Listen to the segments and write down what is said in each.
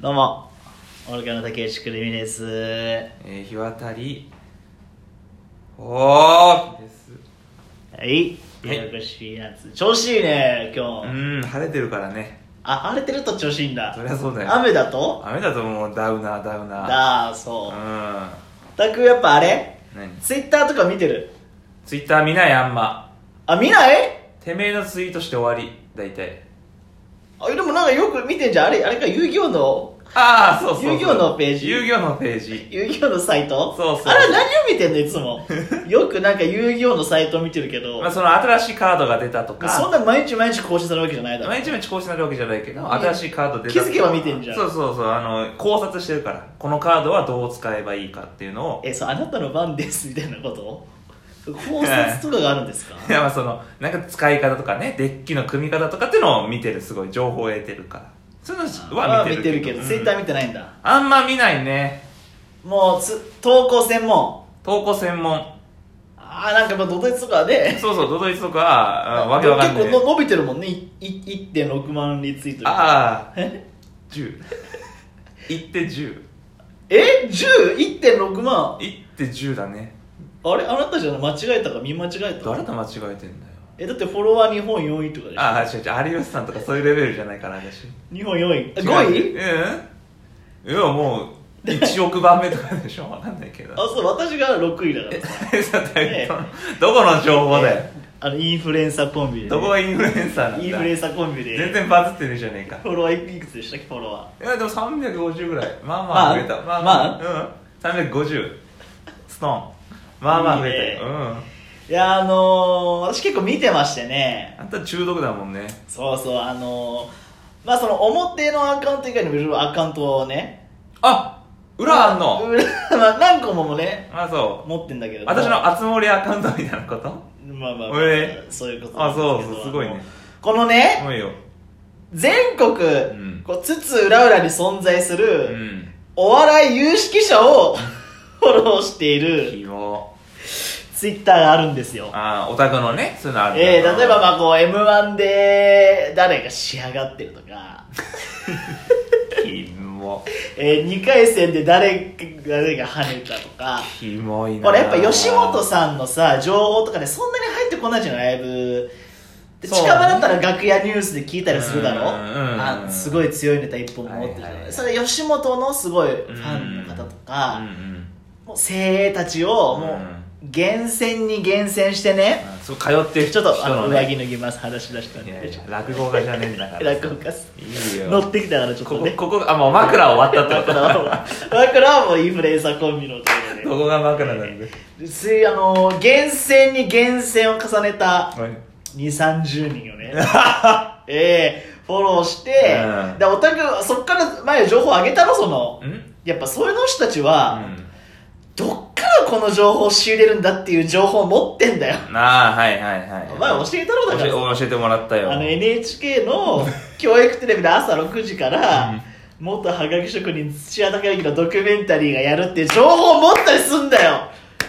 どうも、オルカの竹内くるみです。 日渡りおーです。 はい、よろしいやつ。調子いいね、今日。 晴れてるからね。 あ、晴れてると調子いいんだ。 そりゃそうだよ。 雨だともうダウナー。 だー、そう。たくやっぱあれツイッターとか見てる？ ツイッター見ないあんま。 あ、見ない？ てめえのツイートして終わり、大体。 あ、でもなんかよく見てんじゃん。あれか、遊戯王のそう遊戯王のページ。 遊戯王のページ。 遊戯王のサイト？ そう。 あれ何を見てんのいつも。よくなんか遊戯王のサイトを見てるけど。 その新しいカードが出たとか。 そんな毎日更新されるわけじゃないだろ。 毎日更新されるわけじゃないけど、新しいカード出たとか。 気づけば見てんじゃん。 そう、考察してるから。このカードはどう使えばいいかっていうのを。 そう、あなたの番ですみたいなこと考察とかがあるんですか？ いや、なんか使い方とかね、デッキの組み方とかっていうのを見てる、すごい情報を得てるから。そういうのは見てるけど、 ツイッター見てないんだ。 あんま見ないね。 もう投稿専門。なんかドドイツとかで。 そう、ドドイツとかは、わけわかんない。 結構伸びてるもんね。1.6 万リツイート。 10。1って10。 10?1.6 万。 1って10だね。 あれあなたじゃ間違えたか見間違えた？ 誰と間違えてんだよ。 だってフォロワー日本4位とかでしょ。 違う、有吉さんとかそういうレベルじゃないから私。 日本4位。5位？ いや、もう1億番目とかでしょ。わかんないけど。 そう、私が6位だからどこの情報だよ。 インフルエンサーコンビで、 どこがインフルエンサーなんだ。 インフルエンサーコンビで全然バズってるじゃねえか。 フォロワーいくつでしたっけ？フォロワーでも350ぐらい。まあ増えた。350ストーン。増えたよ。 いや私結構見てましてね。 あんた中毒だもんね。 そうその表のアカウント以外にもいろいろアカウントをね。 裏あんの？ 何個もね。 そう持ってんだけど。 私のあつ森アカウントみたいなこと？ そういうこと。 そうすごいね。 このね、全国津々浦々に存在するお笑い有識者をフォローしているツイッターがあるんですよ。 オタクのね、そういうのある。 例えばM1 で誰が仕上がってるとか2回戦で誰が跳ねたとか。 キモいな。 これやっぱ吉本さんのさ情報とかでそんなに入ってこないじゃん、ライブで。近場だったら楽屋ニュースで聞いたりするだろ。すごい強いネタ一本持ってる、それ吉本のすごいファンの方とか、もう精鋭たちをもう厳選してね。 そう通ってるちょっと上着脱ぎます話し出したんで。 落語家じゃねえんだから。 落語家いいよ。 乗ってきたからちょっとね。 ここもう枕終わったってこと。 枕はもうインフルエンサーコンビのところで。 どこが枕なんで。 厳選に厳選を重ねた2、30人をねフォローして、おたくそっから前情報上げたろ。やっぱそういうの人たちは、どっからこの情報を仕入れるんだっていう情報を持ってんだよ。 はい。 お前教えたろ。だから教えてもらったよ。 NHK の教育テレビで朝6時から元はがき職人土屋隆之のドキュメンタリーがやるっていう情報を持ったりすんだよ。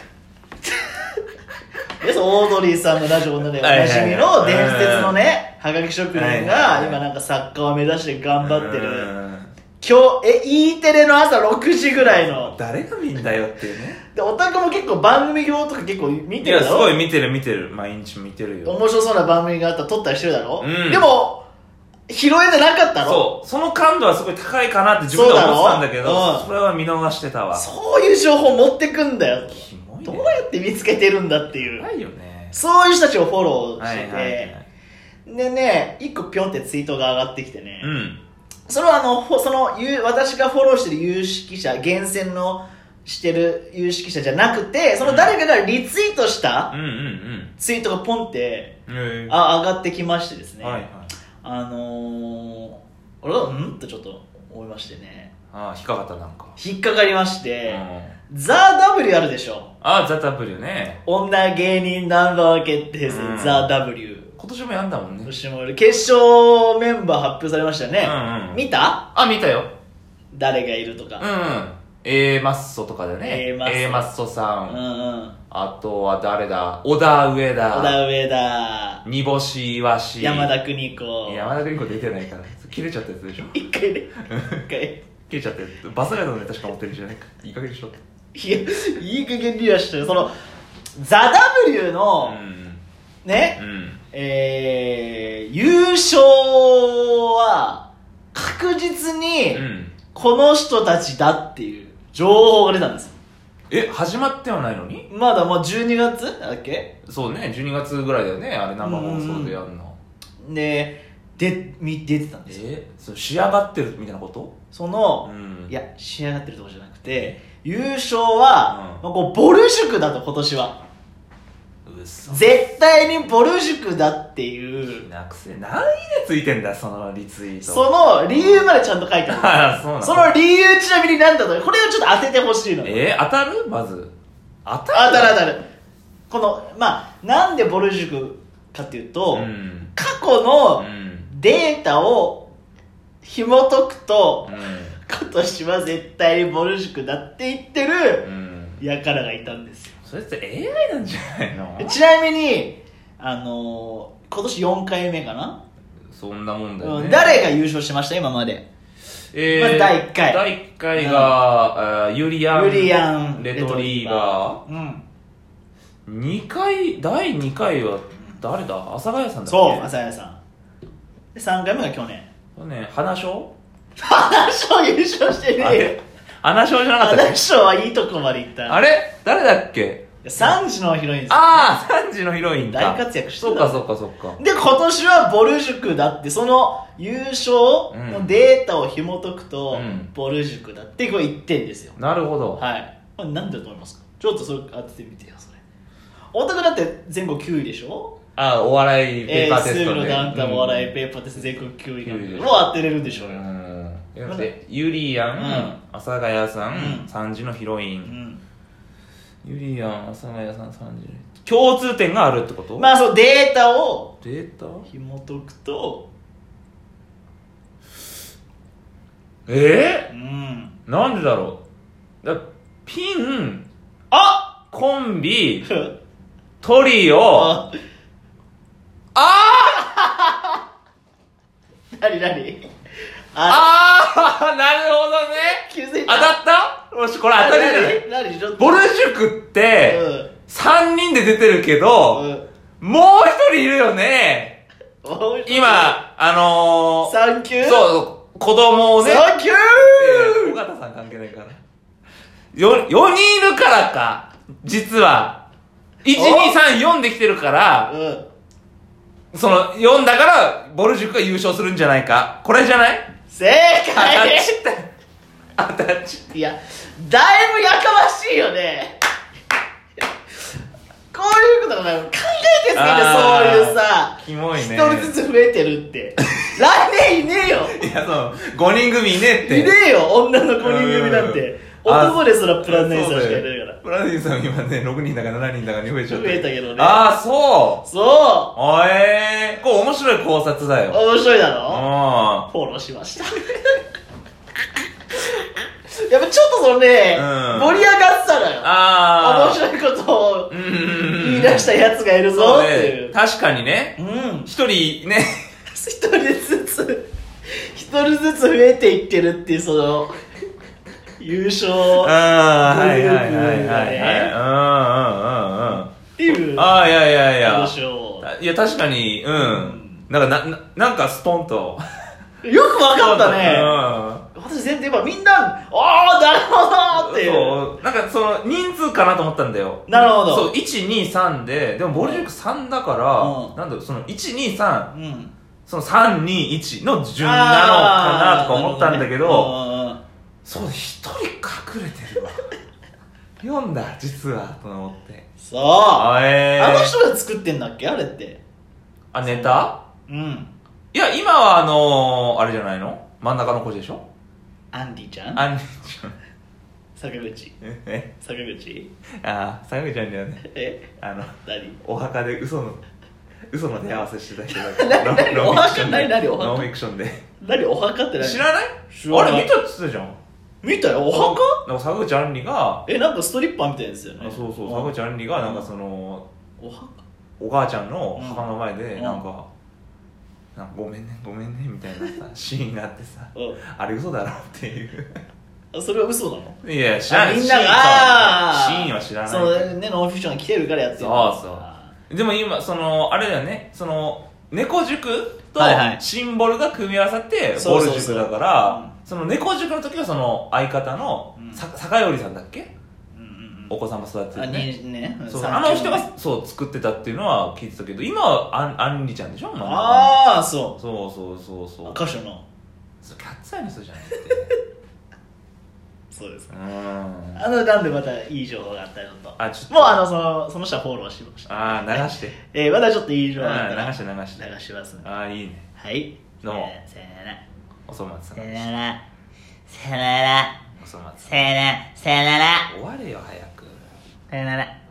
オードリーさんのラジオでおなじみの伝説のねはがき職人が今なんか作家を目指して頑張ってる。E テレの朝6時ぐらいの。 誰が見んだよっていうね。 で、オタクも結構番組表とか結構見てるだろ。 いや、すごい見てる。毎日見てるよ。 面白そうな番組があったら撮ったりしてるだろ。でも、拾えてなかったろ。 その感度はすごい高いかなって自分で思ってたんだけど、それは見逃してたわ。 そういう情報持ってくんだよ。どうやって見つけてるんだっていう。 ないよね。 そういう人たちをフォローしてて。でね、一個ぴょんってツイートが上がってきてね。それは私がフォローしてる有識者、厳選のしてる有識者じゃなくて、その誰かがリツイートしたツイートがポンって上がってきましてですね。俺はってちょっと思いましてね。 引っかかったなんか。 引っかかりまして、ザ・ W あるでしょ。 ザ・ W ね。 女芸人ナンバー決定戦、ザ・ W。 今年もやんだもんね。 決勝メンバー発表されましたよね。見た？ 見たよ。 誰がいるとか。 A マッソとかでね。A マッソさん。あとは誰だ？小田上田。煮干しイワシ。 山田邦子。 山田邦子出てないから。切れちゃったやつでしょ。 一回ね。 消えちゃってバスガイドのネタしか持ってるじゃないか。いい加減にしろって。 いや、いい加減にはしてる。そのザ・ W の、ね、優勝は確実にこの人たちだっていう情報が出たんです。 始まってはないのに？ まだもう12月だっけ？ そうね、12月ぐらいだよね、あれ生放送でやるの。 で、出てたんですよ。 仕上がってるみたいなこと？ いや、仕上がってるとこじゃなくて、優勝は、こうボル塾だと今年は。絶対にボル塾だっていう。 何いいねついてんだ、そのリツイート。 その理由までちゃんと書いてある。そうなの。その理由ちなみに何だと、これをちょっと当ててほしいの。 当たる？まず。当たる。この、なんでボル塾かっていうと、過去のデータを紐解くと、今年は絶対にボル塾だって言ってる輩がいたんですよ。 それって AI なんじゃないの？ ちなみに今年4回目かな。 そんなもんだよね。 誰が優勝しました今まで？まず第1回。 第1回が、ユリアンレトリーバー。2回、第2回は誰だ？阿佐ヶ谷さんだっけ？ そう、阿佐ヶ谷さん。で、3回目が去年。 花賞優勝してねえよ。 花賞じゃなかったっけ？ 花賞はいいとこまで行った。 あれ誰だっけ ？3時のヒロインです、 ね。3時のヒロインか。 大活躍してた。 そっか。 で、今年はボル塾だって、その優勝のデータを紐解くと、ボル塾だってこう言ってんですよ。 なるほど。 はい。これ何だと思いますか？ちょっとそれ当ててみてよ、それ。お宅だって全国9位でしょ？ お笑いペーパーテストで。 水のダウンタウンお笑いペーパーテスト全国9位なんで。もう当てれるんでしょうよ。 ユリアン、阿佐ヶ谷さん、3時のヒロイン。ユリアン、阿佐ヶ谷さん、3時。共通点があるってこと？ そう、データを紐解くと、 なんでだろう。ピン、コンビ、トリオ、 何なるほどね。 気づいた。 当たった？もしこれ当たりじゃない？ボル塾って、3人で出てるけど、もう1人いるよね。今、 サンキュー？ そう、子供をね。 サンキュー！ 尾形さん関係ないから。4人いるからか。実は。1、2、3、4できてるから、その4だからボル塾が優勝するんじゃないか。これじゃない？ 正解！ 当たっちゃいや、だいぶやかましいよね。こういうことが考えてすぎて、そういうさ、 キモいね。 1人ずつ増えてるって。来年いねえよ。 いや、5人組いねえって。 いねえよ、女の5人組なんて。男ですらプランネイさんしかいないから。 プランネイさん今ね、6人だか7人だかに増えちゃった。 増えたけどね。 そう。これ面白い考察だよ。 面白いだろ？フォローしました。やっぱちょっと盛り上がってたのよ。面白いことを言い出したやつがいるぞっていう。 確かにね。一人ね。 一人ずつ増えていってるっていう、その、優勝グループがね。っていう。 いや、確かに、なんかストンと。 よくわかったね。私全然みんな、なるほどっていう。 なんかその人数かなと思ったんだよ。 なるほど。 そう、1、2、3で、でもボル塾3だから、なんだろう、その1、2、3、その3、2、1の順なのかなとか思ったんだけど、そう、一人隠れてるわ。読んだ、実は、と思って。 そう。あの人が作ってんだっけあれって。 ネタ？いや、今はあれじゃないの？真ん中の子でしょ？ アンディちゃん？坂口。坂口？ 坂口ちゃんだよね。 何？ お墓で嘘の手合わせしてた人だから。お墓？何お墓？ ノンフィクションで。 何お墓って何？ 知らない？あれ見たっつったじゃん。 見たよ、お墓？ なんか坂口杏里がなんかストリッパーみたいですよね。 そう坂口杏里がなんかそのお母ちゃんの墓の前でなんかなんかごめんねみたいなさシーンがあってさあれ嘘だろっていうそれは嘘なの？ いや知らない。 みんながシーンは知らない。 そうね、ノンフィクションが来てるからやってる。 そうでも今あれだよね、猫塾とシンボルが組み合わさってボル塾だから、その猫塾の時はその相方の坂寄さんだっけ、お子様育ててね、あの人がそう作ってたっていうのは聞いてたけど、今はあんりちゃんでしょ。 ああそう歌手のキャッツアイの人じゃないってそうですか。なんでまたいい情報があったらちょっともうその人はフォローしました。 流してまだちょっといい情報があったら流してますね。 いいね。 はいどうもさよならおそ松さん、 さよならさよならおそ松さん、 さよなら終われよ早く。 さよなら。